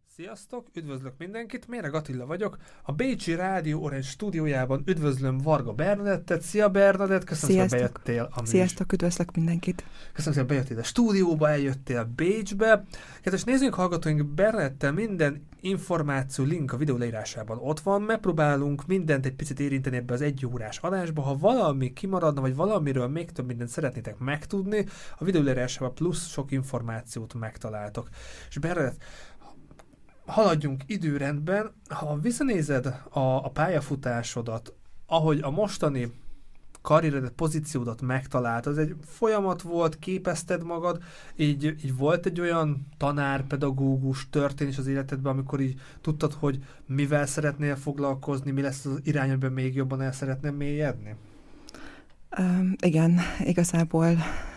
Sziasztok, üdvözlök mindenkit, Méreg Attila vagyok. A Bécsi Rádió Orange stúdiójában üdvözlöm Varga Bernadettet. Szia Bernadett, köszönöm, hogy bejöttél. Sziasztok, üdvözlök mindenkit. Köszönöm, hogy bejöttél a stúdióba, eljöttél Bécsbe. Kedves nézőink, hallgatóink, Bernadettel minden információ, link a videó leírásában ott van. Megpróbálunk mindent egy picit érinteni ebbe az 1 órás adásba. Ha valami kimaradna, vagy valamiről még több mindent szeretnétek megtudni, a videó leírásában plusz sok információt megtaláltok. És Bernadett, haladjunk időrendben. Ha visszanézed a pályafutásodat, ahogy a mostani karrieredet, pozíciódat megtaláltad, ez egy folyamat volt, képezted magad, így volt egy olyan tanár, pedagógus történés az életedben, amikor így tudtad, hogy mivel szeretnél foglalkozni, mi lesz az irány, amiben még jobban el szeretnél mélyedni? Igen, igazából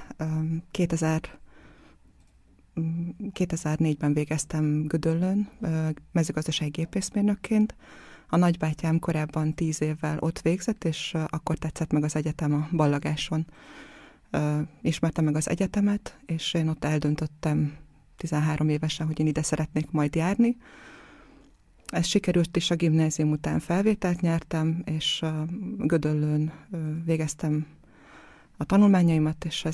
2004-ben végeztem Gödöllőn, mezőgazdasági gépészmérnökként. A nagybátyám korábban 10 évvel ott végzett, és akkor tetszett meg az egyetem a Ballagáson. Ismertem meg az egyetemet, és én ott eldöntöttem 13 évesen, hogy én ide szeretnék majd járni. Ez sikerült is, a gimnázium után felvételt nyertem, és Gödöllőn végeztem a tanulmányaimat, és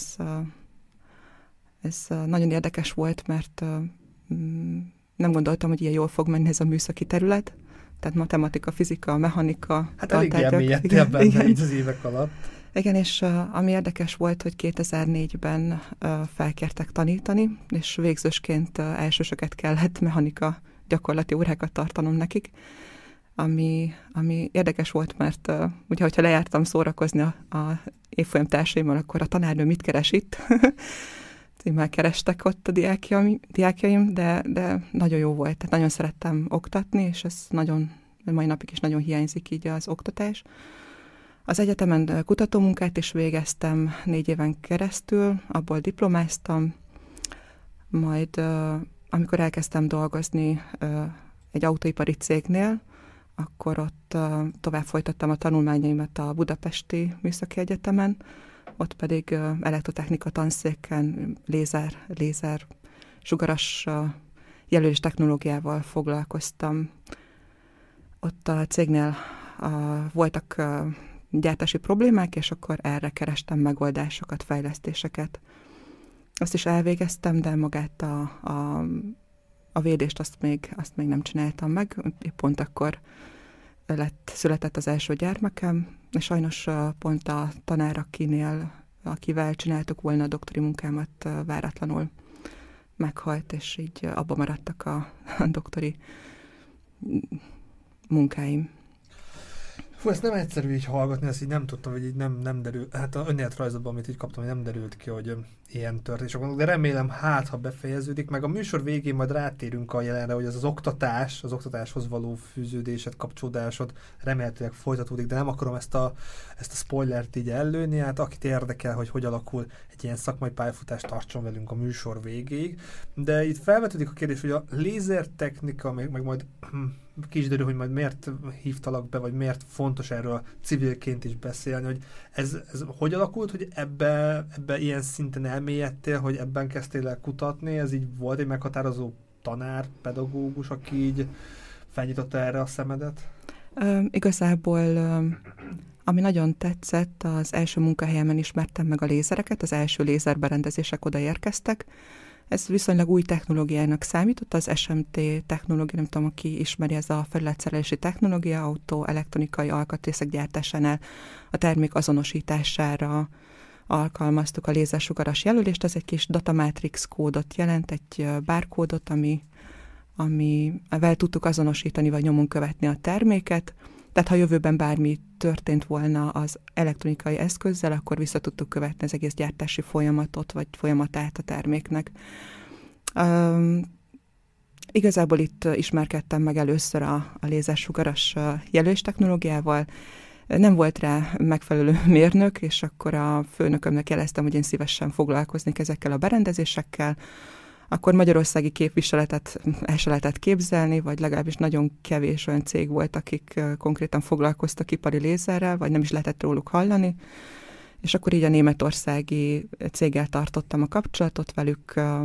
ez nagyon érdekes volt, mert nem gondoltam, hogy ilyen jól fog menni ez a műszaki terület. Tehát matematika, fizika, mechanika. Hát elég elmélyedtél benne így az évek alatt. Igen, és ami érdekes volt, hogy 2004-ben felkértek tanítani, és végzősként elsősöket kellett mechanika gyakorlati órákat tartanom nekik. Ami érdekes volt, mert ugye, hogyha lejártam szórakozni a évfolyam társaimmal, akkor a tanárnő mit keres itt? Már kerestek ott a diákjaim, de nagyon jó volt. Tehát nagyon szerettem oktatni, és ez mai napig is nagyon hiányzik így az oktatás. Az egyetemen kutatómunkát is végeztem 4 éven keresztül, abból diplomáztam, majd amikor elkezdtem dolgozni egy autóipari cégnél, akkor ott tovább folytattam a tanulmányaimat a Budapesti Műszaki Egyetemen, ott pedig elektrotechnika tanszéken lézer sugaras jelölés technológiával foglalkoztam. Ott a cégnél voltak gyártási problémák, és akkor erre kerestem megoldásokat, fejlesztéseket. Azt is elvégeztem, de magát a védést azt még nem csináltam meg. Pont akkor született az első gyermekem, és sajnos pont a tanár, akivel csináltuk volna a doktori munkámat, váratlanul meghalt, és így abba maradtak a doktori munkáim. Fú, ezt nem egyszerű így hallgatni, ezt így nem tudtam, hogy így nem derült, hát a önéletrajzokban, amit így kaptam, hogy nem derült ki, hogy ilyen történések vannak, de remélem, ha befejeződik, meg a műsor végén majd rátérünk a jelenre, hogy az oktatáshoz való fűződésed, kapcsolódásod remélhetőleg folytatódik, de nem akarom ezt a spoilert így ellőni, hát akit érdekel, hogy alakul egy ilyen szakmai pályafutás, tartson velünk a műsor végéig, de itt felvetődik a kérdés, hogy a lézertechnika, meg majd ki is derül, hogy majd miért hívtalak be, vagy miért fontos erről civilként is beszélni, hogy ez hogy alakult, hogy ebbe ilyen szinten elmélyedtél, hogy ebben kezdtél el kutatni, ez így volt egy meghatározó tanár, pedagógus, aki így felnyitotta erre a szemedet? Igazából ami nagyon tetszett, az első munkahelyemen ismertem meg a lézereket, az első lézerberendezések oda érkeztek. Ez viszonylag új technológiának számított, az SMT technológia, nem tudom, aki ismeri, ez a felületszerelési technológia, autó, elektronikai alkatrészek gyártásánál a termék azonosítására alkalmaztuk a lézersugaras jelölést. Ez egy kis datamatrix kódot jelent, egy bárkódot, amivel tudtuk azonosítani vagy nyomon követni a terméket. Tehát ha jövőben bármi történt volna az elektronikai eszközzel, akkor vissza tudtuk követni az egész gyártási folyamatot, vagy folyamatát a terméknek. Igazából itt ismerkedtem meg először a lézersugaras jelölés technológiával. Nem volt rá megfelelő mérnök, és akkor a főnökömnek jeleztem, hogy én szívesen foglalkoznék ezekkel a berendezésekkel. Akkor magyarországi képviseletet el se lehetett képzelni, vagy legalábbis nagyon kevés olyan cég volt, akik konkrétan foglalkoztak ipari lézerrel, vagy nem is lehetett róluk hallani. És akkor így a németországi céggel tartottam a kapcsolatot, velük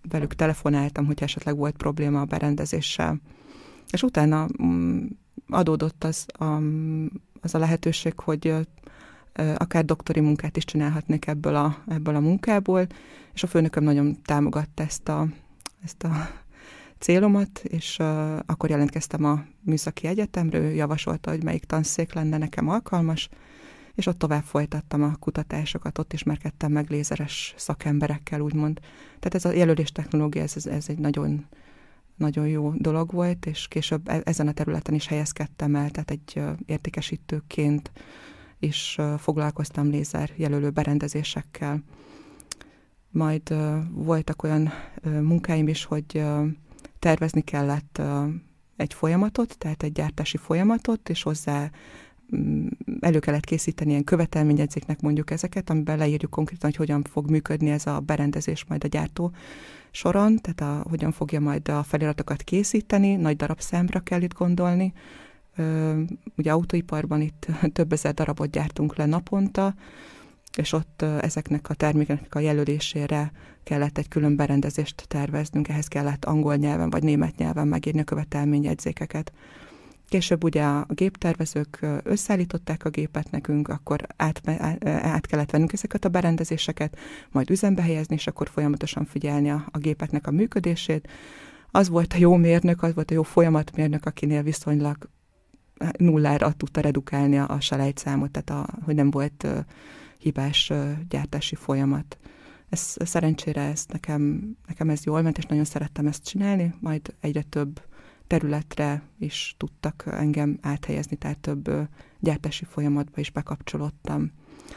velük telefonáltam, hogy esetleg volt probléma a berendezéssel. És utána adódott az a lehetőség, hogy akár doktori munkát is csinálhatnék ebből a munkából, és a főnököm nagyon támogatta ezt a célomat, és akkor jelentkeztem a műszaki egyetemre, ő javasolta, hogy melyik tanszék lenne nekem alkalmas, és ott tovább folytattam a kutatásokat, ott ismerkedtem meg lézeres szakemberekkel, úgymond. Tehát ez a jelölés technológia, ez egy nagyon, nagyon jó dolog volt, és később ezen a területen is helyezkedtem el, tehát egy értékesítőként is foglalkoztam lézerjelölő berendezésekkel. Majd voltak olyan munkáim is, hogy tervezni kellett egy folyamatot, tehát egy gyártási folyamatot, és hozzá elő kellett készíteni ilyen követelményjegyzéknek mondjuk ezeket, amiben leírjuk konkrétan, hogy hogyan fog működni ez a berendezés majd a gyártó soron, tehát hogyan fogja majd a feliratokat készíteni, nagy darabszámra kell itt gondolni. Ugye autóiparban itt több ezer darabot gyártunk le naponta, és ott ezeknek a termékeknek a jelölésére kellett egy külön berendezést terveznünk, ehhez kellett angol nyelven vagy német nyelven megírni a követelményjegyzékeket. Később ugye a géptervezők összeállították a gépet nekünk, akkor át kellett vennünk ezeket a berendezéseket, majd üzembe helyezni, és akkor folyamatosan figyelni a gépeknek a működését. Az volt a jó mérnök, az volt a jó folyamatmérnök, akinél viszonylag nullára tudta redukálni a selejtszámot, tehát hogy nem volt hibás gyártási folyamat. Szerencsére nekem ez jól ment, és nagyon szerettem ezt csinálni, majd egyre több területre is tudtak engem áthelyezni, tehát több gyártási folyamatba is bekapcsolódtam.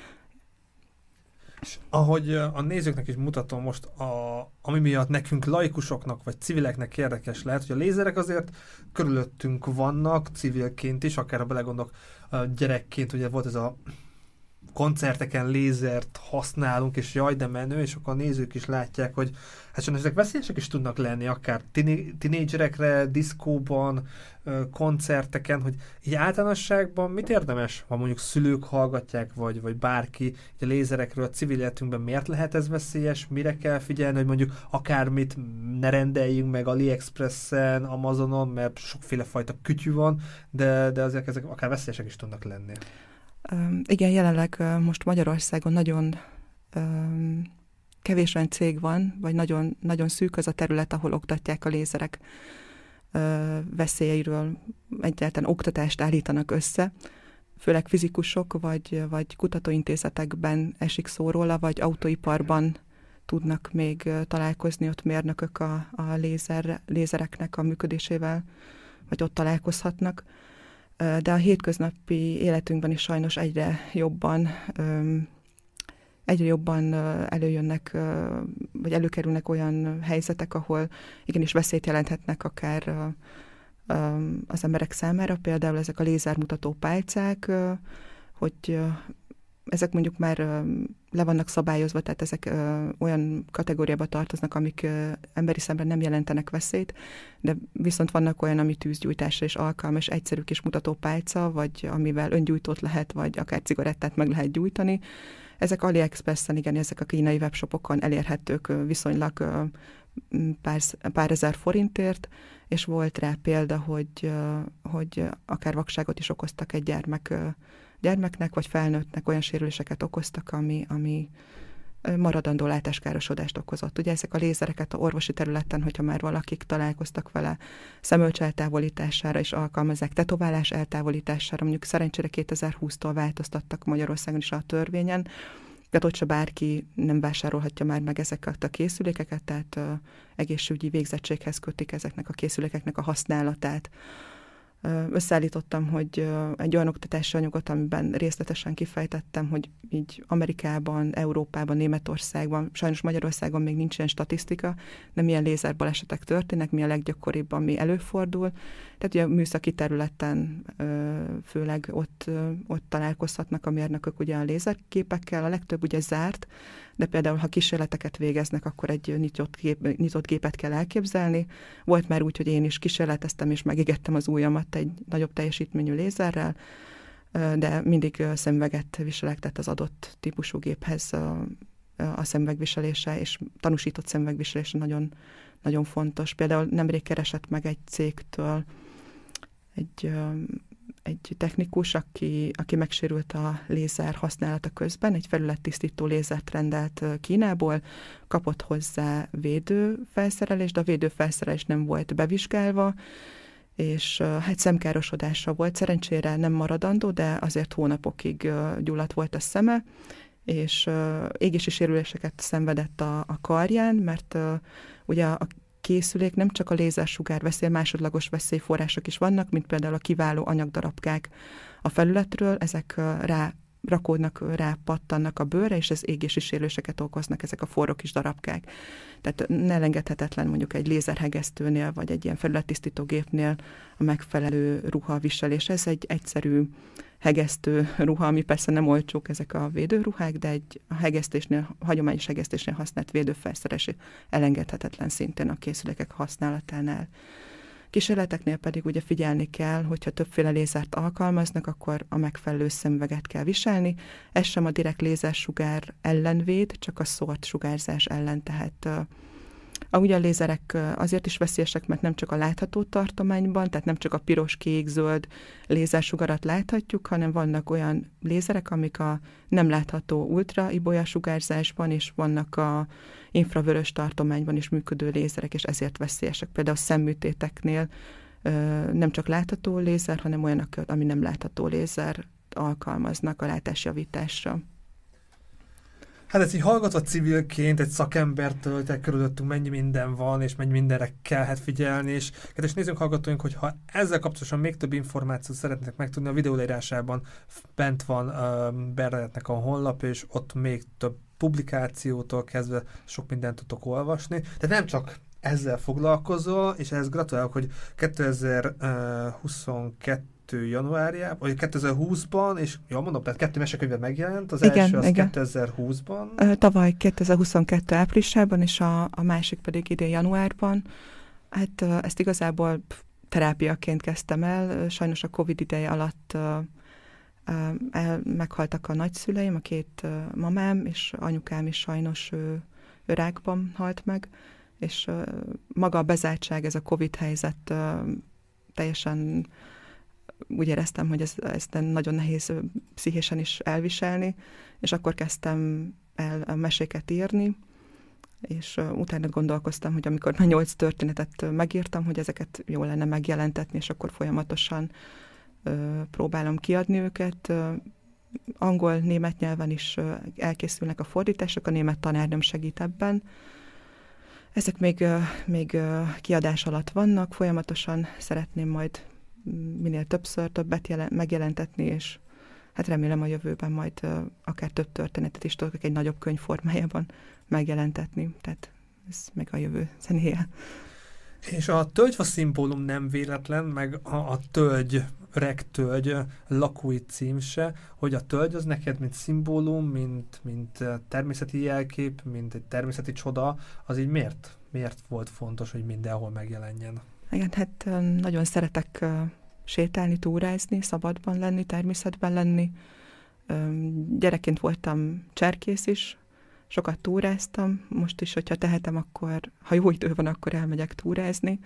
És ahogy a nézőknek is mutatom most, ami miatt nekünk laikusoknak vagy civileknek érdekes lehet, hogy a lézerek azért körülöttünk vannak, civilként is, akár ha belegondolok, gyerekként ugye volt ez a koncerteken lézert használunk, és jaj, de menő, és akkor a nézők is látják, hogy hát sajnos ezek veszélyesek is tudnak lenni, akár tinédzserekre, diszkóban, koncerteken, hogy így általánosságban mit érdemes, ha mondjuk szülők hallgatják, vagy bárki a lézerekről a civil életünkben, miért lehet ez veszélyes, mire kell figyelni, hogy mondjuk akármit ne rendeljünk meg AliExpressen, Amazonon, mert sokféle fajta kütyű van, de azért ezek akár veszélyesek is tudnak lenni. Igen, jelenleg most Magyarországon nagyon kevés olyan cég van, vagy nagyon, nagyon szűk az a terület, ahol oktatják a lézerek veszélyeiről, egyáltalán oktatást állítanak össze. Főleg fizikusok, vagy kutatóintézetekben esik szó róla, vagy autóiparban tudnak még találkozni ott mérnökök a lézereknek a működésével, vagy ott találkozhatnak. De a hétköznapi életünkben is sajnos egyre jobban előjönnek, vagy előkerülnek olyan helyzetek, ahol igenis veszélyt jelenthetnek akár az emberek számára, például ezek a lézermutató pálcák, hogy ezek mondjuk már le vannak szabályozva, tehát ezek olyan kategóriába tartoznak, amik emberi szemben nem jelentenek veszélyt, de viszont vannak olyan, ami tűzgyújtásra is alkalmas, egyszerű kis mutatópálca, vagy amivel öngyújtót lehet, vagy akár cigarettát meg lehet gyújtani. Ezek AliExpressen, igen, ezek a kínai webshopokon elérhetők viszonylag pár ezer forintért, és volt rá példa, hogy akár vakságot is okoztak egy gyermeknek, vagy felnőttnek, olyan sérüléseket okoztak, ami maradandó látáskárosodást okozott. Ugye ezek a lézereket a orvosi területen, hogyha már valakik találkoztak vele, szemölcs eltávolítására is alkalmazzák, tetoválás eltávolítására, mondjuk szerencsére 2020-tól változtattak Magyarországon is a törvényen, tehát ott se bárki nem vásárolhatja már meg ezeket a készülékeket, tehát egészségügyi végzettséghez kötik ezeknek a készülékeknek a használatát. Összeállítottam, hogy egy olyan oktatási anyagot, amiben részletesen kifejtettem, hogy így Amerikában, Európában, Németországban, sajnos Magyarországon még nincs ilyen statisztika, de milyen lézerbalesetek történnek, mi a leggyakoribb, ami előfordul. Tehát ugye a műszaki területen főleg ott találkozhatnak a mérnökök ugye a lézergépekkel, a legtöbb ugye zárt, de például ha kísérleteket végeznek, akkor egy nyitott gépet kell elképzelni. Volt már úgy, hogy én is kísérleteztem, és megégettem az ujjamat egy nagyobb teljesítményű lézerrel, de mindig szemüveget viselek, tehát az adott típusú géphez a szemüvegviselése, és tanúsított szemüvegviselése nagyon, nagyon fontos. Például nemrég keresett meg egy cégtől egy technikus, aki megsérült a lézer használata közben, egy felülettisztító lézert rendelt Kínából, kapott hozzá védőfelszerelést, de a védőfelszerelés nem volt bevizsgálva, és hát szemkárosodása volt. Szerencsére nem maradandó, de azért hónapokig gyulladt volt a szeme, és égési sérüléseket szenvedett a karján, mert ugye a készülék nem csak a lézersugár veszély, másodlagos veszélyforrások is vannak, mint például a kiváló anyagdarabkák a felületről, ezek rápattannak a bőrre, és ez égési sérüléseket okoznak, ezek a forró kis darabkák. Tehát ne elengedhetetlen mondjuk egy lézerhegesztőnél, vagy egy ilyen felülettisztító gépnél a megfelelő ruha viselés. Ez egy egyszerű hegesztő ruha, ami persze nem olcsók ezek a védőruhák, de a hegesztésnél, hagyományos hegesztésnél használt védőfelszerelés elengedhetetlen szintén a készülékek használatánál. Kísérleteknél pedig ugye figyelni kell, hogyha többféle lézert alkalmaznak, akkor a megfelelő szemüveget kell viselni. Ez sem a direkt lézersugár ellen véd, csak a szórt sugárzás ellen, tehát ugye a lézerek azért is veszélyesek, mert nem csak a látható tartományban, tehát nem csak a piros, kék, zöld lézersugarat láthatjuk, hanem vannak olyan lézerek, amik a nem látható ultraibolya sugárzásban, és vannak a infravörös tartományban is működő lézerek, és ezért veszélyesek. Például a szemműtéteknél nem csak látható lézer, hanem olyanok, ami nem látható lézer alkalmaznak a látásjavításra. Hát ez így hallgatva civilként, egy szakembertől, te körülöttünk mennyi minden van, és mennyi mindenre kellhet figyelni, és kedves nézzünk, hallgatóink, hogy ha ezzel kapcsolatosan még több információt szeretnék megtudni, a videó leírásában bent van Bernadettenek a honlap, és ott még több publikációtól kezdve sok mindent tudtok olvasni. Tehát nem csak ezzel foglalkozol, és ehhez gratulálok, hogy 2022 januárjában, vagy 2020-ban, és jól mondom, tehát 2 mesekönyved megjelent, az igen, első az igen. 2020-ban. Tavaly 2022 áprilisában, és a másik pedig idén januárban. Hát ezt igazából terápiaként kezdtem el, sajnos a Covid ideje alatt meghaltak a nagyszüleim, a 2 mamám, és anyukám is sajnos rákban halt meg, és maga a bezártság, ez a Covid helyzet teljesen úgy éreztem, hogy ezt nagyon nehéz pszichésen is elviselni, és akkor kezdtem el a meséket írni, és utána gondolkoztam, hogy amikor már 8 történetet megírtam, hogy ezeket jó lenne megjelentetni, és akkor folyamatosan próbálom kiadni őket. Angol, német nyelven is elkészülnek a fordítások, a német tanárnőm segít ebben. Ezek még kiadás alatt vannak, folyamatosan szeretném majd minél többet megjelentetni, és hát remélem a jövőben majd akár több történetet is tudok egy nagyobb könyv formájában megjelentetni. Tehát ez meg a jövő zenéje. És a tölgyfa szimbólum nem véletlen, meg a tölgy, regtölgy lakói cím se, hogy a tölgy az neked, mint szimbólum, mint természeti jelkép, mint egy természeti csoda, az így miért volt fontos, hogy mindenhol megjelenjen? Igen, hát nagyon szeretek sétálni, túrázni, szabadban lenni, természetben lenni. Gyerekként voltam cserkész is, sokat túráztam, most is, hogyha tehetem, akkor, ha jó idő van, akkor elmegyek túrázni.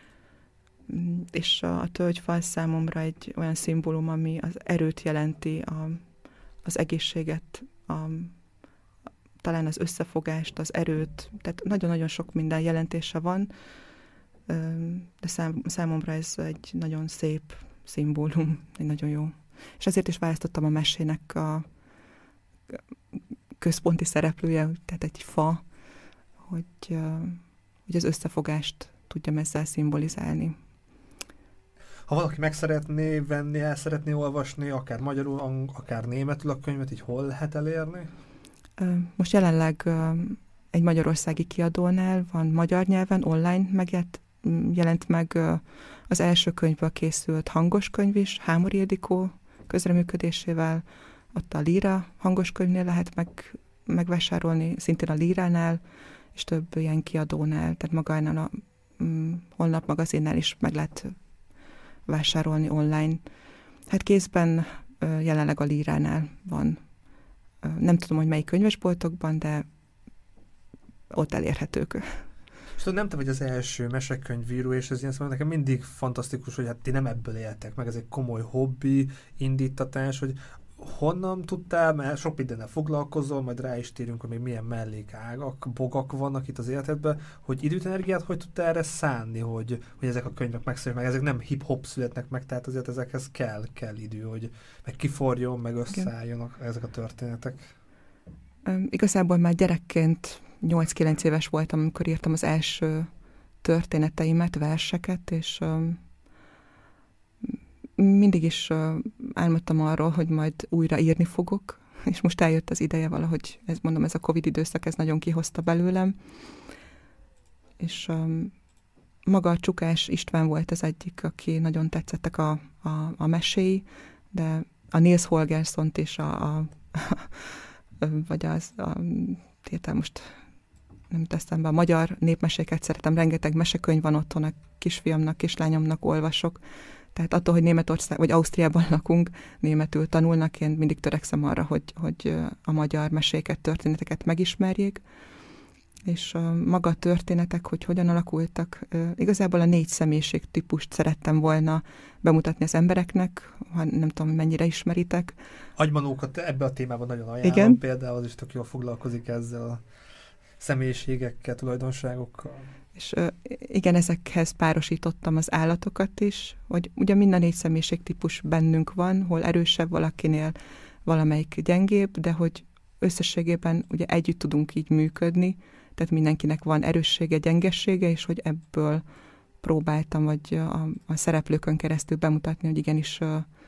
És a tölgyfa számomra egy olyan szimbólum, ami az erőt jelenti, az egészséget, talán az összefogást, az erőt, tehát nagyon-nagyon sok minden jelentése van, de számomra ez egy nagyon szép szimbólum, egy nagyon jó. És ezért is választottam a mesének a központi szereplője, tehát egy fa, hogy az összefogást tudjam ezzel szimbolizálni. Ha valaki meg szeretné venni, el szeretné olvasni, akár magyarul, akár németül a könyvet, így hol lehet elérni? Most jelenleg egy magyarországi kiadónál van magyar nyelven, online jelent meg az első könyvből készült hangos könyv is, Hámori Ildikó közreműködésével, ott a Líra hangos könyvnél lehet megvásárolni, szintén a Líránál, és több ilyen kiadónál, tehát magánál a Holnap magazinnál is meg lehet vásárolni online. Hát kézben jelenleg a Líránál van. Nem tudom, hogy melyik könyvesboltokban, de ott elérhetők. És tudod, nem te vagy az első mesekönyvíró, és ez ilyen szóval nekem mindig fantasztikus, hogy hát ti nem ebből éltek meg, ez egy komoly hobbi, indítatás, hogy honnan tudtál, mert sok mindennel foglalkozol, majd rá is térünk, hogy még milyen mellékágak, bogak vannak itt az életedben, hogy időt, energiát hogy tudtál erre szánni, hogy ezek a könyvek megszületnek, meg ezek nem hip-hop születnek meg, tehát azért ezekhez kell idő, hogy meg kiforjon, meg összeálljon ezek a történetek. Igazából már gyerekként 8-9 éves voltam, amikor írtam az első történeteimet, verseket, és mindig is álmodtam arról, hogy majd újra írni fogok, és most eljött az ideje valahogy, ez a Covid időszak, ez nagyon kihozta belőlem. És maga a Csukás István volt az egyik, aki nagyon tetszettek a meséi, de a Nils Holgerssont és most nem teszem be, a magyar népmeséket szeretem, rengeteg mesekönyv van otthon, a kisfiamnak, kislányomnak olvasok. Tehát attól, hogy Németország vagy Ausztriában lakunk, németül tanulnak, én mindig törekszem arra, hogy a magyar meséket, történeteket megismerjék, és maga a történetek, hogy hogyan alakultak. Igazából a 4 személyiségtípust szerettem volna bemutatni az embereknek, ha nem tudom, mennyire ismeritek. Agymanókat ebbe a témában nagyon ajánlom, igen. Például az is tök jól foglalkozik ezzel a személyiségekkel, tulajdonságokkal. És igen, ezekhez párosítottam az állatokat is, hogy ugye mind a 4 személyiségtípus bennünk van, hol erősebb valakinél, valamelyik gyengébb, de hogy összességében ugye együtt tudunk így működni, tehát mindenkinek van erőssége, gyengessége, és hogy ebből próbáltam, vagy a szereplőkön keresztül bemutatni, hogy igenis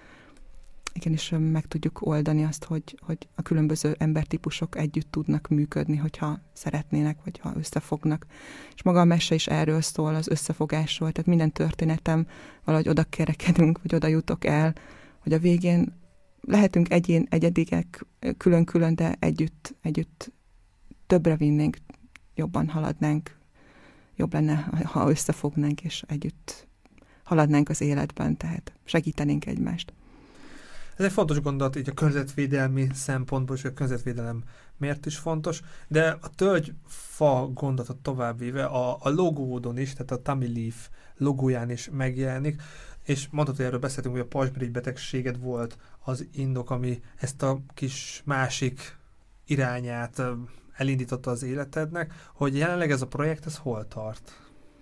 meg tudjuk oldani azt, hogy a különböző embertípusok együtt tudnak működni, hogyha szeretnének, vagy ha összefognak. És maga a mese is erről szól, az összefogásról, tehát minden történetem valahogy oda kerekedünk, vagy oda jutok el, hogy a végén lehetünk egyedigek, külön-külön, de együtt többre vinnénk, jobban haladnánk, jobb lenne, ha összefognánk, és együtt haladnánk az életben, tehát segítenénk egymást. Ez egy fontos gondolat így a környezetvédelmi szempontból, és a környezetvédelem miért is fontos, de a tölgyfa gondolatot továbbvéve a logódon is, tehát a Tummy Leaf logóján is megjelenik, és mondhatod, hogy erről beszéltünk, hogy a pajzsmirigy betegséged volt az indok, ami ezt a kis másik irányát elindította az életednek, hogy jelenleg ez a projekt, ez hol tart?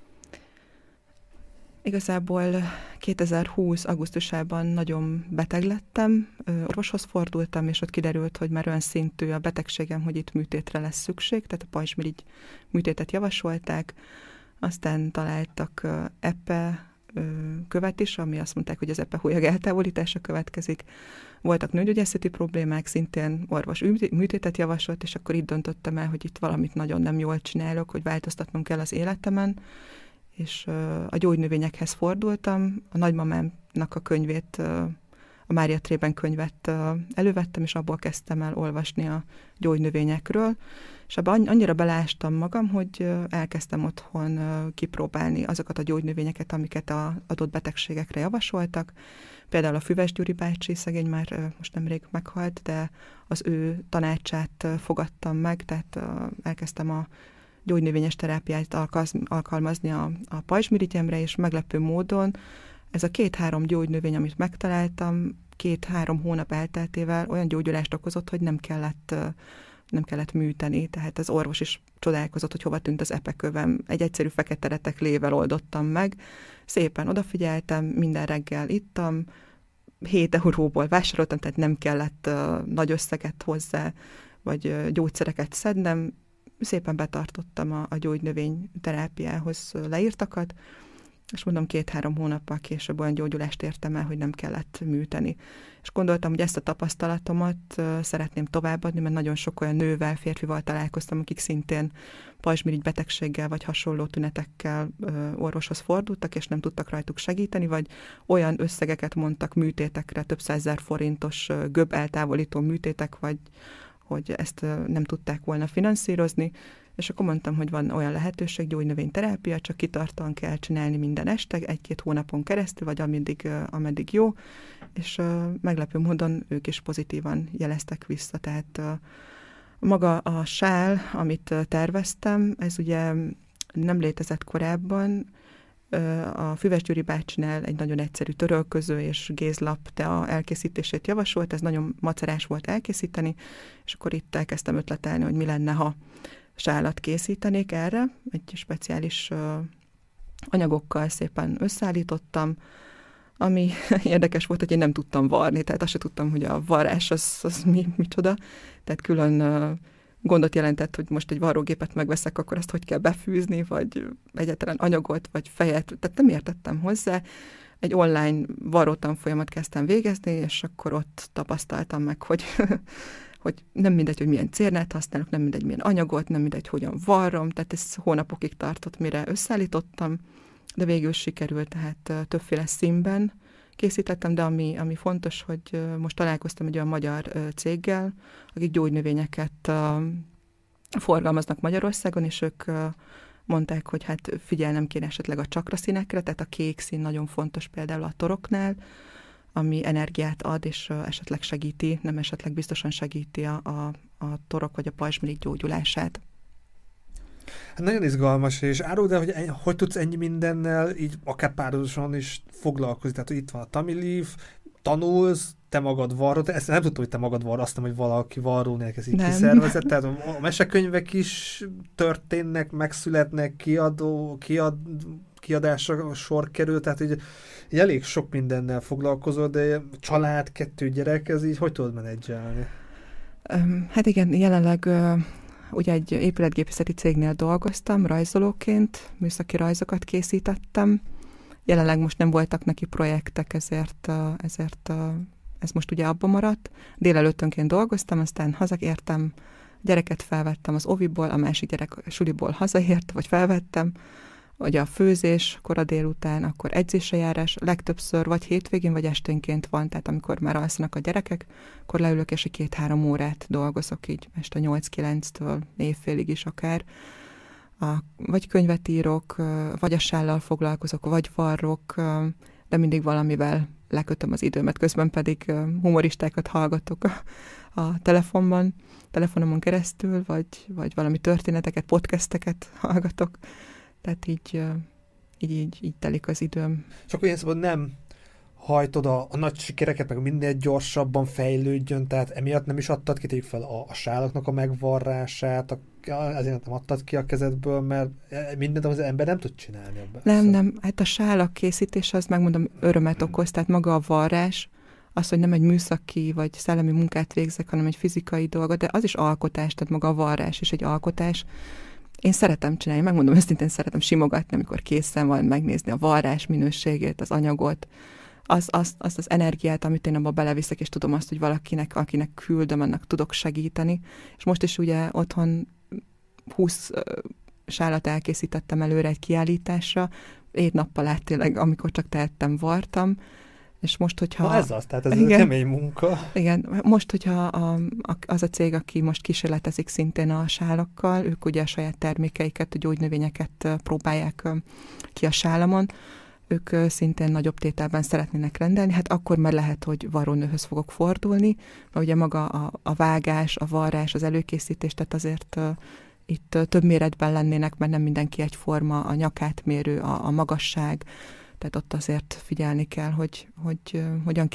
Igazából 2020. augusztusában nagyon beteg lettem, orvoshoz fordultam, és ott kiderült, hogy már olyan szintű a betegségem, hogy itt műtétre lesz szükség, tehát a pajzsmirigy műtétet javasolták, aztán találtak EPE követ is, ami azt mondták, hogy az EPE húlyag eltávolítása következik. Voltak nőgyógyászati problémák, szintén orvos műtétet javasolt, és akkor itt döntöttem el, hogy itt valamit nagyon nem jól csinálok, hogy változtatnom kell az életemen, és a gyógynövényekhez fordultam. A nagymamámnak a könyvét, a Mária Trében könyvet elővettem, és abból kezdtem el olvasni a gyógynövényekről, és abban annyira beleástam magam, hogy elkezdtem otthon kipróbálni azokat a gyógynövényeket, amiket az adott betegségekre javasoltak. Például a Füves Gyuri bácsi, szegény már most nemrég meghalt, de az ő tanácsát fogadtam meg, tehát elkezdtem a gyógynövényes terápiát alkalmazni a pajzsmirigyemre, és meglepő módon ez a 2-3 gyógynövény, amit megtaláltam, 2-3 hónap elteltével olyan gyógyulást okozott, hogy nem kellett műteni, tehát az orvos is csodálkozott, hogy hova tűnt az epekövem. Egy egyszerű fekete reteklével oldottam meg, szépen odafigyeltem, minden reggel ittam, 7 euróból vásároltam, tehát nem kellett nagy összeget hozzá, vagy gyógyszereket szednem, szépen betartottam a gyógynövény terápiához leírtakat, és mondom, 2-3 hónappal később olyan gyógyulást értem el, hogy nem kellett műteni. És gondoltam, hogy ezt a tapasztalatomat szeretném továbbadni, mert nagyon sok olyan nővel, férfival találkoztam, akik szintén pajzsmirigy betegséggel vagy hasonló tünetekkel orvoshoz fordultak, és nem tudtak rajtuk segíteni, vagy olyan összegeket mondtak műtétekre, több 100 000 forintos göb eltávolító műtétek, vagy hogy ezt nem tudták volna finanszírozni, és akkor mondtam, hogy van olyan lehetőség, gyógynövényterápia, csak kitartóan kell csinálni minden este, 1-2 hónapon keresztül, vagy ameddig jó, és meglepő módon ők is pozitívan jeleztek vissza, tehát Maga a sál, amit terveztem, ez ugye nem létezett korábban. A Füves Gyuri bácsinál egy nagyon egyszerű törölköző és gézlap tea elkészítését javasolt, ez nagyon macerás volt elkészíteni, és akkor itt elkezdtem ötletelni, hogy mi lenne, ha sálat készítenék erre. Egy speciális anyagokkal szépen összeállítottam, ami érdekes volt, hogy én nem tudtam varni, tehát azt sem tudtam, hogy a varrás az micsoda, tehát külön gondot jelentett, hogy most egy varrógépet megveszek, akkor azt hogy kell befűzni, vagy egyáltalán anyagot, vagy fejet, tehát nem értettem hozzá. Egy online varrótanfolyamat kezdtem végezni, és akkor ott tapasztaltam meg, hogy nem mindegy, hogy milyen cérnát használok, nem mindegy, milyen anyagot, nem mindegy, hogyan varrom, tehát ez hónapokig tartott, mire összeállítottam, de végül sikerült, tehát többféle színben készítettem, de ami fontos, hogy most találkoztam egy olyan magyar céggel, akik gyógynövényeket forgalmaznak Magyarországon, és ők mondták, hogy hát figyelnem kéne esetleg a csakraszínekre, tehát a kék szín nagyon fontos például a toroknál, ami energiát ad, és esetleg segíti, nem esetleg biztosan segíti a torok vagy a pajzsmirigy gyógyulását. Hát nagyon izgalmas, és áruld el, hogy tudsz ennyi mindennel így akár párhuzamosan is foglalkozni. Tehát, hogy itt van a Tamiliv, tanulsz, te magad varrod, ezt nem tudtam, hogy te magad varrod, azt nem, hogy valaki varrónél ez így kiszervezett, tehát a mesekönyvek is történnek, megszületnek, kiadásra sor kerül, tehát így elég sok mindennel foglalkozol, de család, 2 gyerek, ez így hogy tudod menedzselni? Hát igen, jelenleg ugye egy épületgépészeti cégnél dolgoztam, rajzolóként, műszaki rajzokat készítettem. Jelenleg most nem voltak neki projektek, ezért ez most ugye abba maradt. Délelőttönként dolgoztam, aztán hazaértem, gyereket felvettem az oviból, a másik gyerek suliból hazaért, vagy felvettem, vagy a főzés kora délután, akkor edzésre járás, legtöbbször vagy hétvégén, vagy esténként van, tehát amikor már alszanak a gyerekek, akkor leülök, és 2-3 órát dolgozok így, este 8-9-től évfélig is akár. Vagy könyvet írok, vagy a sállal foglalkozok, vagy varrok, de mindig valamivel lekötöm az időmet, közben pedig humoristákat hallgatok a telefonomon keresztül, vagy valami történeteket, podcasteket hallgatok. Tehát így telik az időm. És akkor ilyen szabad nem hajtod a nagy sikereket, meg minél gyorsabban fejlődjön, tehát emiatt nem is adtad ki fel a sálaknak a megvarrását, ezért nem adtad ki a kezedből, mert mindent az ember nem tud csinálni. Nem, hát a sálak készítése, az megmondom, örömet okoz, tehát maga a varrás, az, hogy nem egy műszaki vagy szellemi munkát végzek, hanem egy fizikai dolgot, de az is alkotás, tehát maga a varrás is egy alkotás. Én szeretem csinálni, megmondom őszintén, szeretem simogatni, amikor készen van, megnézni a varrás minőségét, az anyagot, azt az energiát, amit én abba beleviszek, és tudom azt, hogy akinek küldöm, annak tudok segíteni. És most is ugye otthon 20 sálat elkészítettem előre egy kiállításra, 7 nappal át tényleg, amikor csak tehettem, vartam, és most, hogyha... ez az, tehát ez egy kemény munka. Igen, most, hogyha az a cég, aki most kísérletezik szintén a sálakkal, ők ugye a saját termékeiket, a gyógynövényeket próbálják ki a sálamon, ők szintén nagyobb tételben szeretnének rendelni, hát akkor már lehet, hogy varrónőhöz fogok fordulni, mert ugye maga a vágás, a varrás, az előkészítés, tehát azért itt több méretben lennének, mert nem mindenki egyforma, a nyakát mérő, a magasság, tehát ott azért figyelni kell, hogy hogyan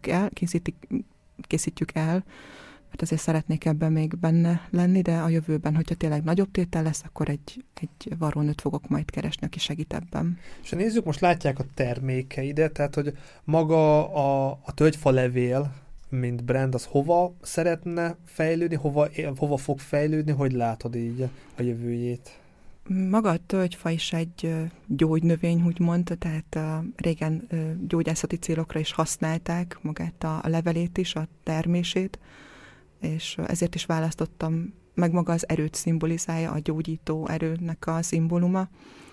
készítjük el, mert azért szeretnék ebben még benne lenni, de a jövőben, hogyha tényleg nagyobb tétel lesz, akkor egy varrónőt fogok majd keresni, aki segít ebben. És nézzük, most látják a termékeidet, tehát hogy maga a tölgyfalevél, mint brand, az hova szeretne fejlődni, hova fog fejlődni, hogy látod így a jövőjét? Maga a tölgyfa is egy gyógynövény, úgymond, tehát régen gyógyászati célokra is használták magát a levelét is, a termését, és ezért is választottam, meg maga az erőt szimbolizálja, a gyógyító erőnek a szimbóluma.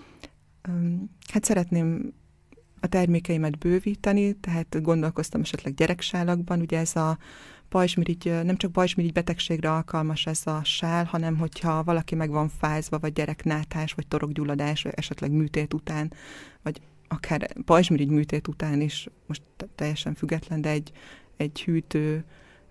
Hát szeretném a termékeimet bővíteni, tehát gondolkoztam esetleg gyereksálakban, ugye ez a pajzsmirigy, nem csak pajzsmirigy betegségre alkalmas ez a sál, hanem hogyha valaki meg van fázva, vagy gyereknáthás, vagy torokgyulladás, vagy esetleg műtét után, vagy akár pajzsmirigy műtét után is, most teljesen független, de egy hűtő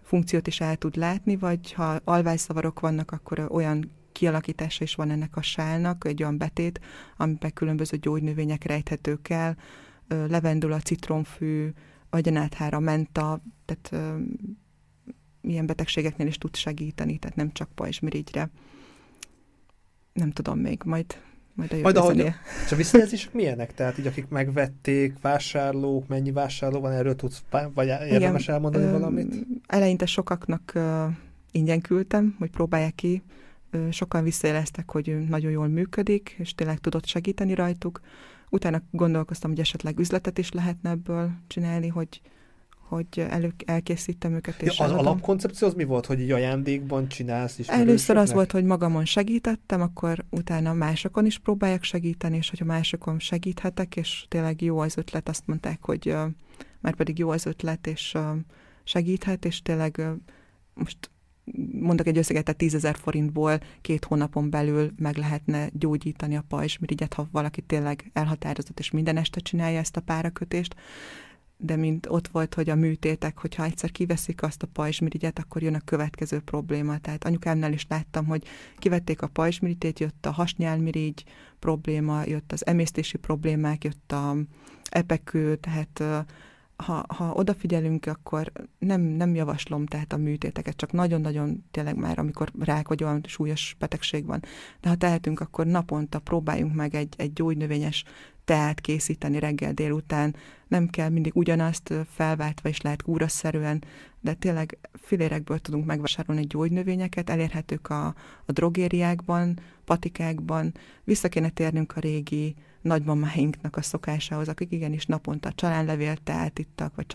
funkciót is el tud látni, vagy ha alvászavarok vannak, akkor olyan kialakítása is van ennek a sálnak, egy olyan betét, amiben különböző gyógynövények rejthetők el, levendula, citromfű, agyanáthára, menta, tehát ilyen betegségeknél is tud segíteni, tehát nem csak pajzsmirigyre. Nem tudom még, majd a jövőzenél. És a visszajelzések milyenek? Tehát így akik megvették, vásárlók, mennyi vásárló van, erről tudsz, vagy érdemes elmondani valamit? Eleinte sokaknak ingyen küldtem, hogy próbálják ki. Sokan visszajeleztek, hogy nagyon jól működik, és tényleg tudott segíteni rajtuk. Utána gondolkoztam, hogy esetleg üzletet is lehetne ebből csinálni, hogy elkészítem őket. És az alapkoncepció az mi volt, hogy így ajándékban csinálsz is? Először az volt, hogy magamon segítettem, akkor utána másokon is próbálják segíteni, és hogyha másokon segíthetek, és tényleg jó az ötlet, azt mondták, hogy már pedig jó az ötlet, és segíthet, és tényleg most mondok egy összeget, tehát 10 000 forintból 2 hónapon belül meg lehetne gyógyítani a pajzsmirigyet, ha valaki tényleg elhatározott, és minden este csinálja ezt a párakötést. De mint ott volt, hogy a műtétek, hogyha egyszer kiveszik azt a pajzsmirigyet, akkor jön a következő probléma. Tehát anyukámnál is láttam, hogy kivették a pajzsmirigyet, jött a hasnyálmirigy probléma, jött az emésztési problémák, jött a epekő, tehát ha odafigyelünk, akkor nem javaslom tehát a műtéteket, csak nagyon-nagyon tényleg már, amikor rák vagy olyan súlyos betegség van. De ha tehetünk, akkor naponta próbáljunk meg egy gyógynövényes teát készíteni reggel, délután. Nem kell mindig ugyanazt, felváltva is lehet gúrasszerűen, de tényleg filérekből tudunk megvásárolni gyógynövényeket, elérhetők a drogériákban, patikákban. Vissza kéne térnünk a régi nagymamáinknak a szokásához, akik igenis naponta csalánlevél teát ittak, vagy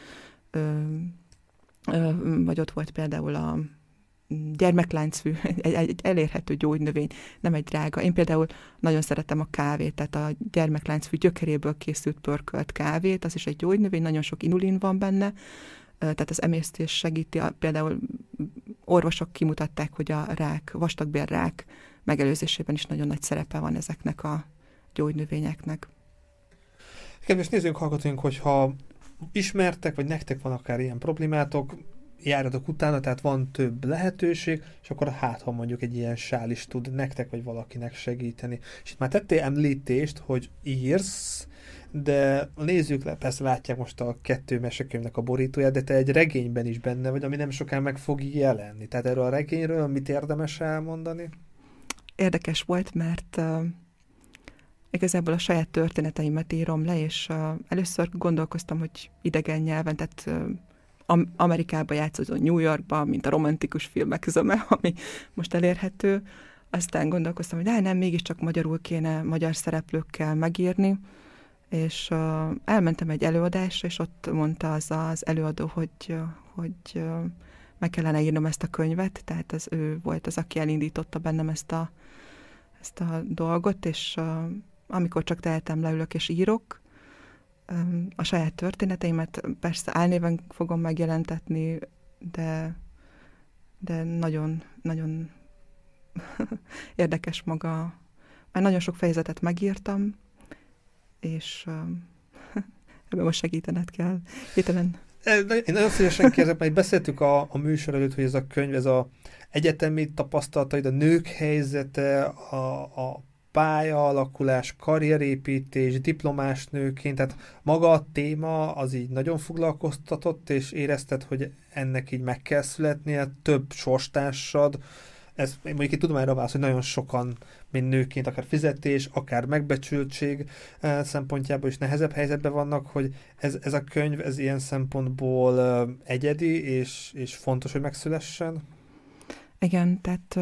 vagy ott volt például a gyermekláncfű, egy elérhető gyógynövény, nem egy drága. Én például nagyon szeretem a kávét, tehát a gyermekláncfű gyökeréből készült pörkölt kávét, az is egy gyógynövény, nagyon sok inulin van benne, tehát az emésztés segíti. Például orvosok kimutatták, hogy a rák, vastagbélrák megelőzésében is nagyon nagy szerepe van ezeknek a gyógynövényeknek. Kedves nézőnk, hallgatóink, hogyha ismertek, vagy nektek van akár ilyen problémátok, járjatok utána, tehát van több lehetőség, és akkor ha mondjuk egy ilyen sál is tud nektek, vagy valakinek segíteni. És itt már tettél említést, hogy írsz, de nézzük le, persze látják most a 2 mesekönyvnek a borítóját, de te egy regényben is benne vagy, ami nem sokan meg fog jelenni. Tehát erről a regényről mit érdemes elmondani? Érdekes volt, mert igazából a saját történeteimet írom le, és először gondolkoztam, hogy idegen nyelven, tehát Amerikában játszódó New Yorkban, mint a romantikus filmek zöme, ami most elérhető. Aztán gondolkoztam, hogy nem, mégiscsak magyarul kéne magyar szereplőkkel megírni, és elmentem egy előadásra, és ott mondta az előadó, hogy meg kellene írnom ezt a könyvet, tehát ő volt az, aki elindította bennem ezt a dolgot, és amikor csak tehetem, leülök és írok a saját történeteimet, persze álnéven fogom megjelentetni, de nagyon, nagyon érdekes maga. Már nagyon sok fejezetet megírtam, és ebben most segítened kell. Én nagyon szívesen kérdezem, mert beszéltük a műsor előtt, hogy ez a könyv, ez az egyetemi tapasztalataid, a nők helyzete, a pályaalakulás, karrierépítés, diplomás nőként, tehát maga a téma az így nagyon foglalkoztatott, és érezted, hogy ennek így meg kell születnie, több sorstársad, ez mondjuk itt tudományra válsz, hogy nagyon sokan, mint nőként, akár fizetés, akár megbecsültség szempontjából is nehezebb helyzetben vannak, hogy ez a könyv, ez ilyen szempontból egyedi, és fontos, hogy megszülessen? Igen, tehát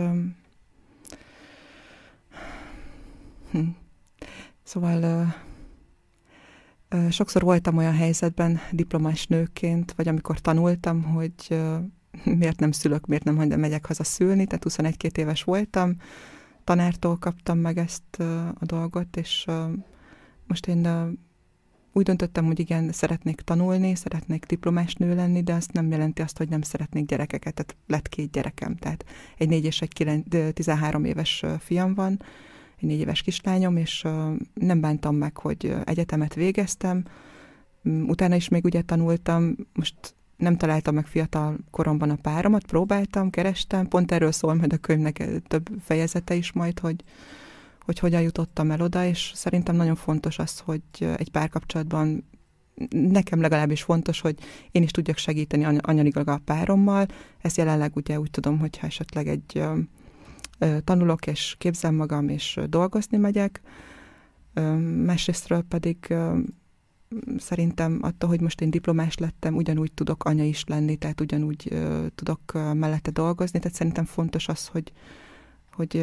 szóval sokszor voltam olyan helyzetben diplomás nőként, vagy amikor tanultam, hogy miért nem szülök, miért nem megyek haza szülni, tehát 21-22 éves voltam, tanártól kaptam meg ezt a dolgot, és most én úgy döntöttem, hogy igen, szeretnék tanulni, szeretnék diplomás nő lenni, de azt nem jelenti azt, hogy nem szeretnék gyerekeket, tehát lett 2 gyerekem, tehát egy 4 és egy 13 éves fiam van, egy 4 éves kislányom, és nem bántam meg, hogy egyetemet végeztem, utána is még ugye tanultam, most nem találtam meg fiatal koromban a páromat, próbáltam, kerestem, pont erről szól majd a könyvnek több fejezete is majd, hogy hogyan jutottam el oda, és szerintem nagyon fontos az, hogy egy párkapcsolatban nekem legalábbis fontos, hogy én is tudjak segíteni anyanilag a párommal. Ezt jelenleg ugye úgy tudom, hogyha esetleg tanulok, és képzem magam, és dolgozni megyek. Másrésztről pedig szerintem attól, hogy most én diplomás lettem, ugyanúgy tudok anya is lenni, tehát ugyanúgy tudok mellette dolgozni, tehát szerintem fontos az, hogy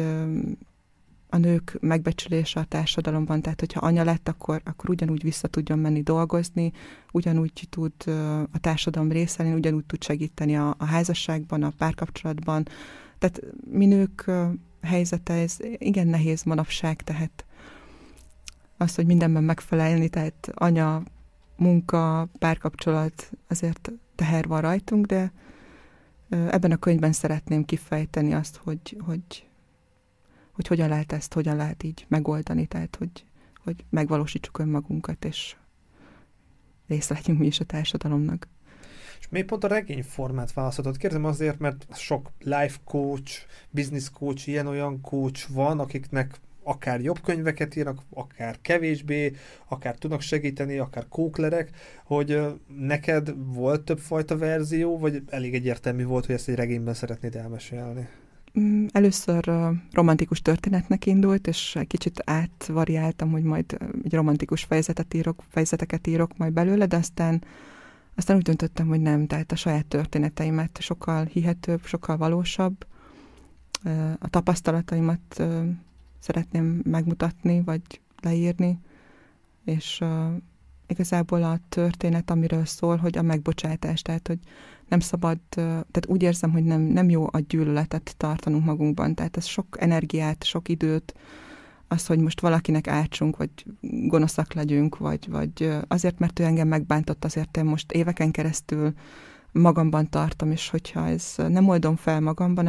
a nők megbecsülése a társadalomban, tehát hogyha anya lett, akkor ugyanúgy vissza tudjon menni dolgozni, ugyanúgy tud a társadalom része lenni, ugyanúgy tud segíteni a házasságban, a párkapcsolatban. Tehát mi nők helyzete, ez igen nehéz manapság, tehát az, hogy mindenben megfelelni, tehát anya, munka, párkapcsolat, azért teher van rajtunk, de ebben a könyvben szeretném kifejteni azt, hogy hogyan lehet így megoldani, tehát hogy megvalósítsuk önmagunkat, és része legyünk mi is a társadalomnak. És miért pont a regényformát választhatod? Kérdezem azért, mert sok life coach, business coach, ilyen-olyan coach van, akiknek akár jobb könyveket írnak, akár kevésbé, akár tudnak segíteni, akár kóklerek, hogy neked volt többfajta verzió, vagy elég egyértelmű volt, hogy ezt egy regényben szeretnéd elmesélni? Először romantikus történetnek indult, és egy kicsit átvariáltam, hogy majd egy romantikus fejezeteket írok majd belőle, de aztán úgy döntöttem, hogy nem, tehát a saját történeteimet sokkal hihetőbb, sokkal valósabb, a tapasztalataimat szeretném megmutatni, vagy leírni, és igazából a történet, amiről szól, hogy a megbocsátás, tehát hogy nem szabad, tehát úgy érzem, hogy nem jó a gyűlöletet tartanunk magunkban, tehát ez sok energiát, sok időt, az, hogy most valakinek ártsunk, vagy gonoszak legyünk, vagy azért, mert ő engem megbántott, azért én most éveken keresztül magamban tartom, és hogyha ez nem oldom fel magamban,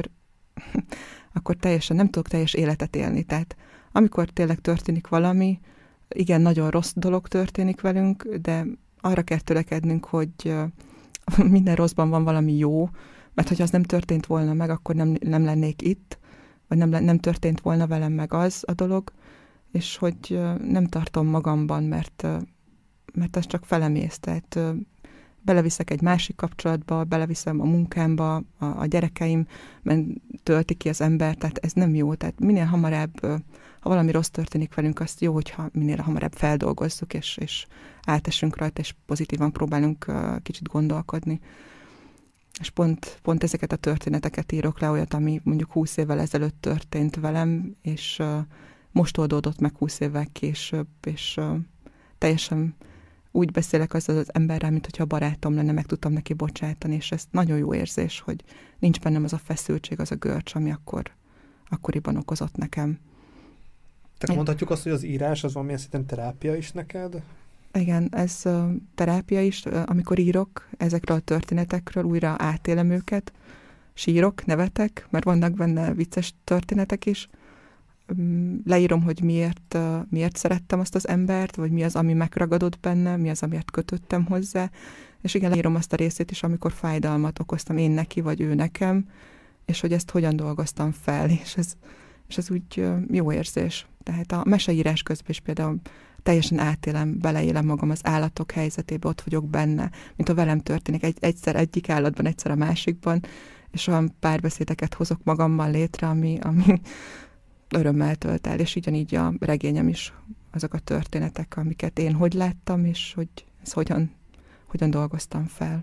akkor teljesen nem tudok teljes életet élni. Tehát amikor tényleg történik valami, igen, nagyon rossz dolog történik velünk, de arra kell törekednünk, hogy minden rosszban van valami jó, mert hogyha az nem történt volna meg, akkor nem lennék itt, vagy nem történt volna velem meg az a dolog, és hogy nem tartom magamban, mert az csak felemész. Tehát beleviszek egy másik kapcsolatba, beleviszem a munkámba, a gyerekeim, mert tölti ki az ember, tehát ez nem jó. Tehát minél hamarabb, ha valami rossz történik velünk, azt jó, hogyha minél hamarabb feldolgozzuk, és átesünk rajta, és pozitívan próbálunk kicsit gondolkodni. És pont ezeket a történeteket írok le, olyat, ami mondjuk 20 évvel ezelőtt történt velem, és most oldódott meg 20 évvel később, és teljesen úgy beszélek az emberrel, mint hogyha barátom lenne, meg tudtam neki bocsátani, és ez nagyon jó érzés, hogy nincs bennem az a feszültség, az a görcs, ami akkoriban okozott nekem. Tehát mondhatjuk azt, hogy az írás az valamilyen szinten terápia is neked? Igen, ez terápia is. Amikor írok ezekről a történetekről, újra átélem őket, sírok, nevetek, mert vannak benne vicces történetek is. Leírom, hogy miért szerettem azt az embert, vagy mi az, ami megragadott benne, mi az, amiért kötöttem hozzá. És igen, leírom azt a részét is, amikor fájdalmat okoztam én neki, vagy ő nekem, és hogy ezt hogyan dolgoztam fel, és ez úgy jó érzés. Tehát a meseírás közben is például teljesen átélem, beleélem magam az állatok helyzetébe, ott vagyok benne, mint ha velem történik, egyszer egyik állatban, egyszer a másikban, és olyan párbeszédeket hozok magammal létre, ami örömmel tölt el, és ugyanígy a regényem is azok a történetek, amiket én hogy láttam, és hogy ezt hogyan dolgoztam fel.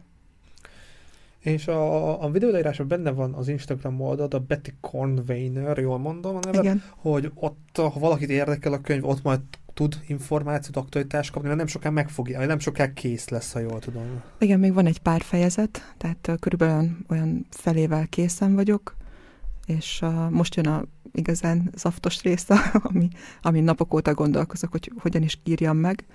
És a videóleírásban benne van az Instagram oldalad, a Betty Cornweiner, jól mondom a nevet, igen. Hogy ott, ha valakit érdekel a könyv, ott majd tud információt, aktualitást kapni, mert nem soká megfogja, vagy nem soká kész lesz, ha jól tudom. Igen, még van egy pár fejezet, tehát körülbelül olyan felével készen vagyok, és most jön a igazán zaftos része, ami napok óta gondolkozok, hogy hogyan is írjam meg.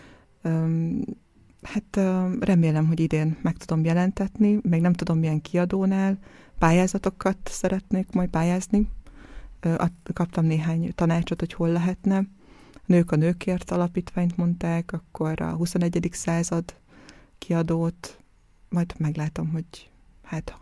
Hát remélem, hogy idén meg tudom jelentetni, még nem tudom milyen kiadónál, pályázatokat szeretnék majd pályázni. Kaptam néhány tanácsot, hogy hol lehetne. Nők a nőkért alapítványt mondták, akkor a 21. század kiadót, majd meglátom, hogy hát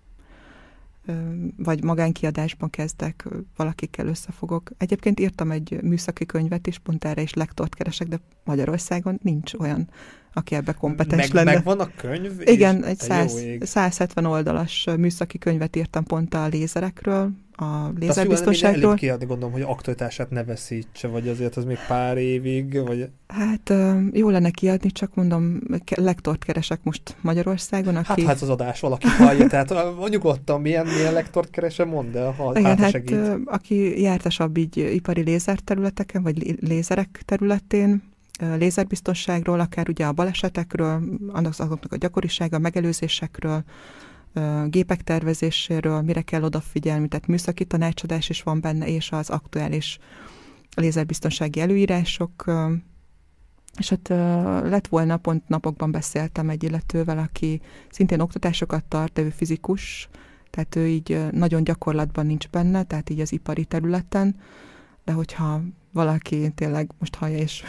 vagy magánkiadásban kezdek, valakikkel összefogok. Egyébként írtam egy műszaki könyvet is, pont erre is lektort keresek, de Magyarországon nincs olyan, aki ebbe kompetens lenne. Megvan a könyv? Igen, egy 170 oldalas műszaki könyvet írtam pont a lézerekről, a lézerbiztonságról. Előbb kiadni, gondolom, hogy aktualitását ne veszítse, vagy azért az még pár évig, vagy... Hát jó lenne kiadni, csak mondom, lektort keresek most Magyarországon, aki... Hát az adás valaki hallja, tehát nyugodtan milyen lektort keresem, mondd el, ha igen, hát segít. Aki jártasabb így ipari lézerterületeken, vagy lézerek területén, lézerbiztonságról, akár ugye a balesetekről, azoknak a gyakorisága, megelőzésekről, gépek tervezéséről, mire kell odafigyelni, tehát műszaki tanácsadás is van benne, és az aktuális lézerbiztonsági előírások. És hát lett volna, pont napokban beszéltem egy illetővel, aki szintén oktatásokat tart, de ő fizikus, tehát ő így nagyon gyakorlatban nincs benne, tehát így az ipari területen, de hogyha valaki tényleg most hallja és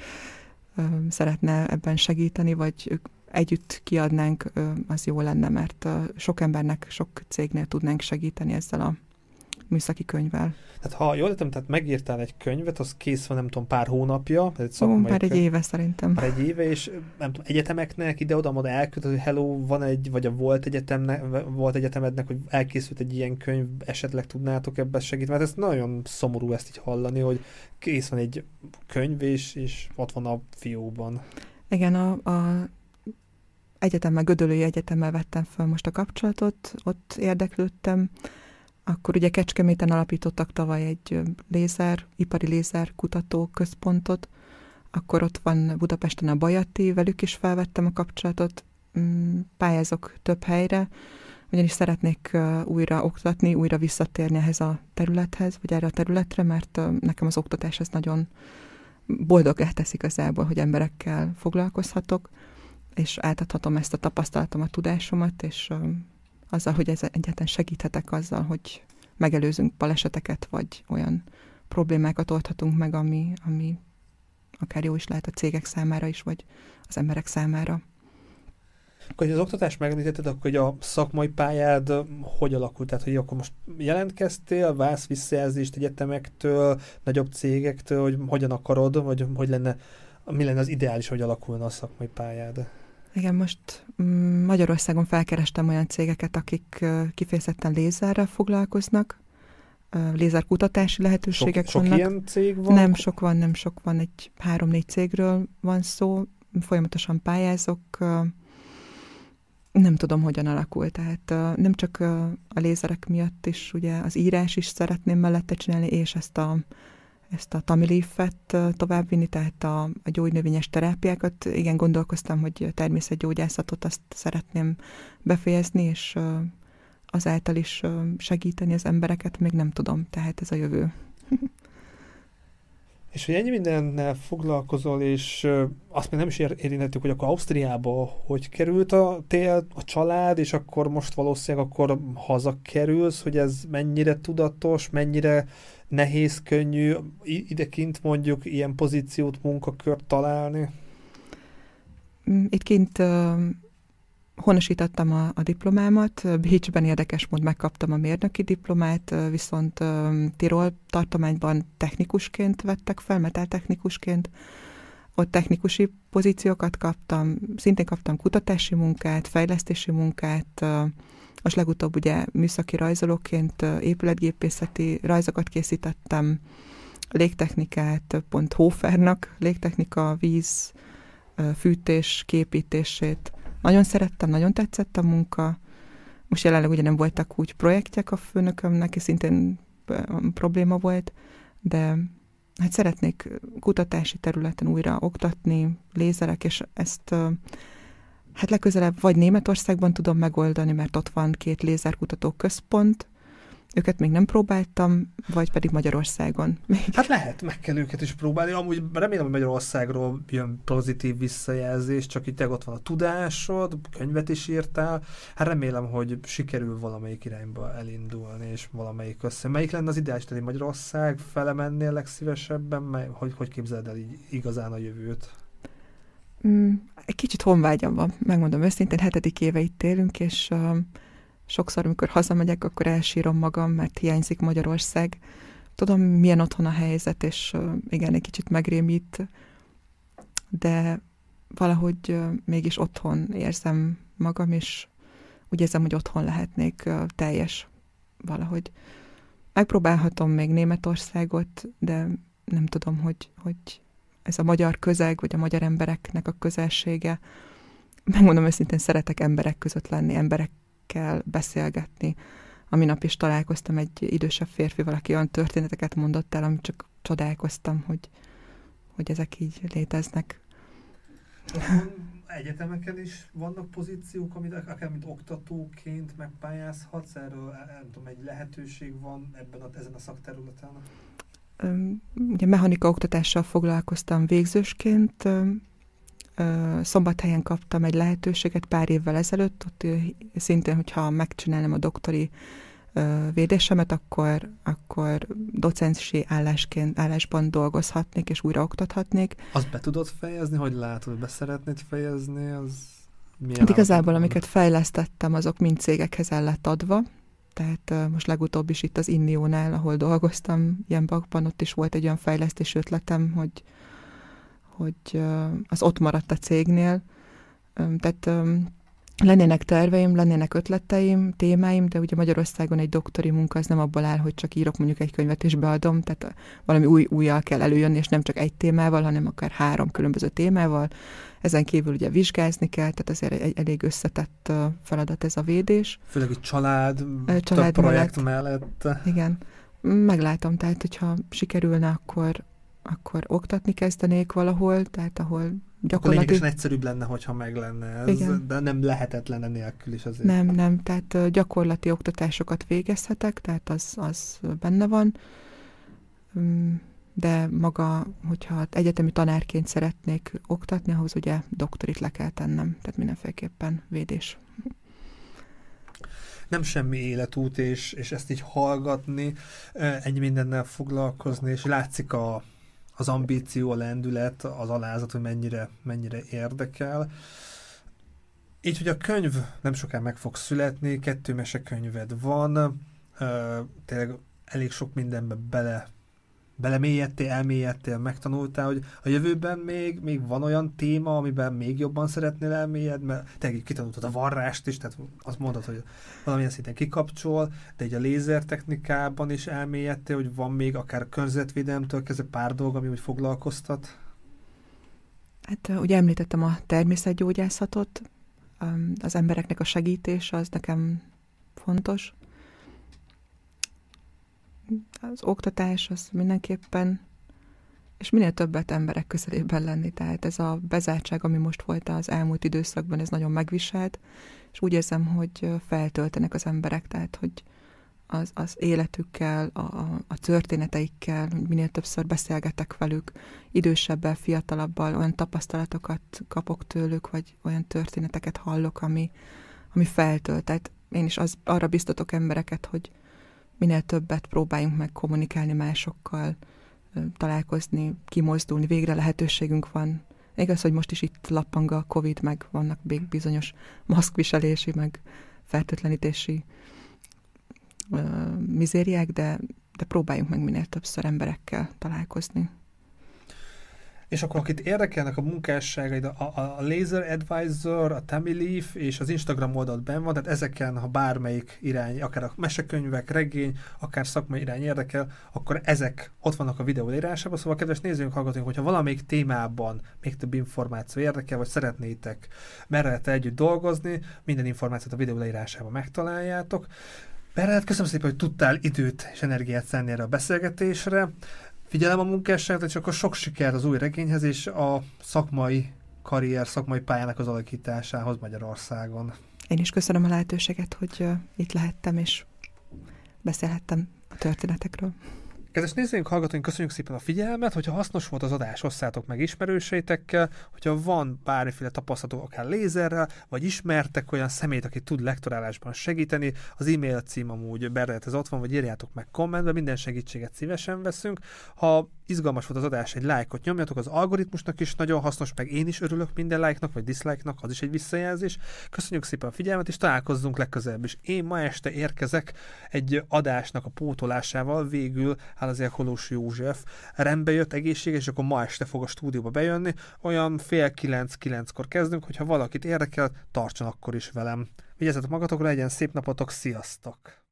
szeretne ebben segíteni, vagy együtt kiadnánk, az jó lenne, mert sok embernek, sok cégnél tudnánk segíteni ezzel a műszaki könyvvel. Tehát ha jól értem, tehát megírtál egy könyvet, az kész van, nem tudom, pár hónapja. Már egy éve szerintem. Már egy éve, és nem tudom, egyetemeknek ide-oda elküldött, hogy hello, van egy, vagy volt egyetemednek, hogy elkészült egy ilyen könyv, esetleg tudnátok ebben segíteni, mert ez nagyon szomorú ezt így hallani, hogy kész van egy könyv, és ott van a fióban. Igen, a egyetemmel, Gödöllői Egyetemmel vettem fel most a kapcsolatot, ott érdeklődtem. Akkor ugye Kecskeméten alapítottak tavaly egy ipari lézer kutató központot, akkor ott van Budapesten a Bajati, velük is felvettem a kapcsolatot, pályázok több helyre, ugyanis szeretnék újra oktatni, újra visszatérni ehhez a területhez, vagy erre a területre, mert nekem az oktatás ez nagyon boldoggá tesz igazából, hogy emberekkel foglalkozhatok, és átadhatom ezt a tapasztalatomat, tudásomat, és azzal, hogy egyáltalán segíthetek azzal, hogy megelőzünk baleseteket, vagy olyan problémákat oldhatunk meg, ami akár jó is lehet a cégek számára is, vagy az emberek számára. Akkor, hogy az oktatást megemlítetted, akkor hogy a szakmai pályád hogy alakult? Tehát, hogy akkor most jelentkeztél, vársz visszajelzést egyetemektől, nagyobb cégektől, hogy hogyan akarod, vagy mi lenne az ideális, hogy alakulna a szakmai pályád? Igen, most Magyarországon felkerestem olyan cégeket, akik kifejezetten lézerrel foglalkoznak, lézerkutatási lehetőségek vannak. Sok ilyen cég van? Nem sok van, egy 3-4 cégről van szó, folyamatosan pályázok, nem tudom, hogyan alakul, tehát nem csak a lézerek miatt is, ugye az írás is szeretném mellette csinálni, és ezt a Tamilifet továbbvinni, tehát a gyógynövényes terápiákat. Igen, gondolkoztam, hogy természetgyógyászatot azt szeretném befejezni, és azáltal is segíteni az embereket, még nem tudom, tehát ez a jövő. És hogy ennyi mindennel foglalkozol, és azt még nem is érintettük, hogy akkor Ausztriába hogy került a család, és akkor most valószínűleg akkor hazakerülsz, hogy ez mennyire tudatos, mennyire nehéz, könnyű idekint mondjuk ilyen pozíciót, munkakört találni? Itt kint honosítottam a diplomámat, Bécsben érdekes módon megkaptam a mérnöki diplomát, viszont Tirol tartományban technikusként vettek fel, metáltechnikusként. Ott technikusi pozíciókat kaptam, szintén kaptam kutatási munkát, fejlesztési munkát, most legutóbb ugye műszaki rajzolóként épületgépészeti rajzokat készítettem, légtechnikát, pont Hofernak, légtechnika, víz, fűtés, képítését. Nagyon szerettem, nagyon tetszett a munka. Most jelenleg ugye nem voltak úgy projektjek a főnökömnek, és szintén probléma volt, de hát szeretnék kutatási területen újra oktatni, lézerek, és ezt hát legközelebb vagy Németországban tudom megoldani, mert ott van 2 lézerkutató központ, őket még nem próbáltam, vagy pedig Magyarországon. Hát lehet, meg kell őket is próbálni. Amúgy remélem, hogy Magyarországról jön pozitív visszajelzés, csak itt ott van a tudásod, könyvet is írtál. Hát remélem, hogy sikerül valamelyik irányba elindulni, és valamelyik össze. Melyik lenne az ideális, tehát Magyarország fele mennél legszívesebben? Hogy képzeld el így igazán a jövőt? egy kicsit honvágyam van, megmondom őszintén, 7. éve itt élünk, és sokszor, amikor hazamegyek, akkor elsírom magam, mert hiányzik Magyarország. Tudom, milyen otthon a helyzet, és igen, egy kicsit megrémít, de valahogy mégis otthon érzem magam, és úgy érzem, hogy otthon lehetnék teljes valahogy. Megpróbálhatom még Németországot, de nem tudom, hogy ez a magyar közeg, vagy a magyar embereknek a közelsége. Megmondom őszintén, szeretek emberek között lenni, emberekkel beszélgetni. A minap is találkoztam egy idősebb férfival, aki olyan történeteket mondott el, amit csak csodálkoztam, hogy ezek így léteznek. Egyetemeken is vannak pozíciók, amit akár mint oktatóként megpályázhatsz, erről nem tudom, egy lehetőség van ezen a szakterületen? Ugye mechanika oktatással foglalkoztam végzősként, Szombathelyen kaptam egy lehetőséget pár évvel ezelőtt, ott szintén, hogyha megcsinálnám a doktori védésemet, akkor docensi állásban dolgozhatnék, és újra oktathatnék. Azt be tudod fejezni, hogy látod, be szeretnéd fejezni? Az hát igazából, amiket fejlesztettem, azok mind cégekhez el lett adva. Tehát most legutóbb is itt az Inniónál, ahol dolgoztam, Jenbachban, ott is volt egy olyan fejlesztés ötletem, hogy az ott maradt a cégnél. Tehát lennének terveim, lennének ötleteim, témáim, de ugye Magyarországon egy doktori munka az nem abból áll, hogy csak írok mondjuk egy könyvet és beadom, tehát valami újjal kell előjönni, és nem csak egy témával, hanem akár 3 különböző témával. Ezen kívül ugye vizsgázni kell, tehát azért egy elég összetett feladat ez a védés. Főleg egy család több projekt mellett. Igen. Meglátom, tehát hogyha sikerülne, akkor oktatni kezdenék valahol, tehát ahol gyakorlatilag... Lényegesen egyszerűbb lenne, hogyha meg lenne ez, igen. De nem lehetetlen nélkül is azért. Nem, tehát gyakorlati oktatásokat végezhetek, tehát az benne van, de maga, hogyha egyetemi tanárként szeretnék oktatni, ahhoz ugye doktorit le kell tennem, tehát mindenféleképpen védés. Nem semmi életút, és ezt így hallgatni, ennyi mindennel foglalkozni, és látszik az ambíció, a lendület, az alázat, hogy mennyire érdekel. Így, hogy a könyv nem soká meg fog születni, 2 mesekönyved van, tényleg elég sok mindenbe belemélyedtél, elmélyedtél, megtanultál, hogy a jövőben még van olyan téma, amiben még jobban szeretnél elmélyedni, mert tényleg kitanultad a varrást is, tehát azt mondod, hogy valamilyen szinten kikapcsol, de így a lézertechnikában is elmélyedtél, hogy van még akár környezetvédelemtől kezdve pár dolog, ami úgy foglalkoztat? Hát ugye említettem a természetgyógyászatot, az embereknek a segítése, az nekem fontos. Az oktatás, az mindenképpen, és minél többet emberek közelében lenni. Tehát ez a bezártság, ami most volt az elmúlt időszakban, ez nagyon megviselt, és úgy érzem, hogy feltöltenek az emberek, tehát hogy az életükkel, a történeteikkel, hogy minél többször beszélgetek velük, idősebbel, fiatalabbal, olyan tapasztalatokat kapok tőlük, vagy olyan történeteket hallok, ami feltölt. Tehát én is arra biztatok embereket, hogy minél többet próbáljunk meg kommunikálni másokkal, találkozni, kimozdulni, végre lehetőségünk van. Igaz, hogy most is itt lappang a Covid, meg vannak bizonyos maszkviselési, meg fertőtlenítési mizériák, de próbáljunk meg minél többször emberekkel találkozni. És akkor akit érdekelnek a munkásságaid, a Laser Advisor, a Tamilief és az Instagram oldalt benn van, tehát ezeken, ha bármelyik irány, akár a mesekönyvek, regény, akár szakmai irány érdekel, akkor ezek ott vannak a videó leírásában, szóval kedves nézőink, hallgatóink, hogyha valamelyik témában még több információ érdekel, vagy szeretnétek Berrellettel együtt dolgozni, minden információt a videó leírásában megtaláljátok. Berrellett, köszönöm szépen, hogy tudtál időt és energiát szánni erre a beszélgetésre. Figyelem a munkásságot, és akkor sok sikert az új regényhez, és a szakmai karrier, szakmai pályának az alakításához Magyarországon. Én is köszönöm a lehetőséget, hogy itt lehettem, és beszélhettem a történetekről. Kedves nézőink, hallgatóink, köszönjük szépen a figyelmet, hogyha hasznos volt az adás, osszátok meg ismerőseitekkel, hogyha van bármiféle tapasztalatok, akár lézerrel, vagy ismertek olyan személyt, aki tud lektorálásban segíteni, az e-mail cím amúgy ez ott van, vagy írjátok meg kommentbe, minden segítséget szívesen veszünk. Ha izgalmas volt az adás, egy lájkot nyomjatok, az algoritmusnak is nagyon hasznos, meg én is örülök minden lájknak, vagy diszlájknak, az is egy visszajelzés. Köszönjük szépen a figyelmet, és találkozzunk legközelebb is. Én ma este érkezek egy adásnak a pótolásával, végül azért Holós József rendbe jött, egészséges, és akkor ma este fog a stúdióba bejönni, olyan 8:30-9-kor kezdünk, hogyha valakit érdekel, tartson akkor is velem. Vigyázzatok magatokra, legyen szép napotok, sziasztok!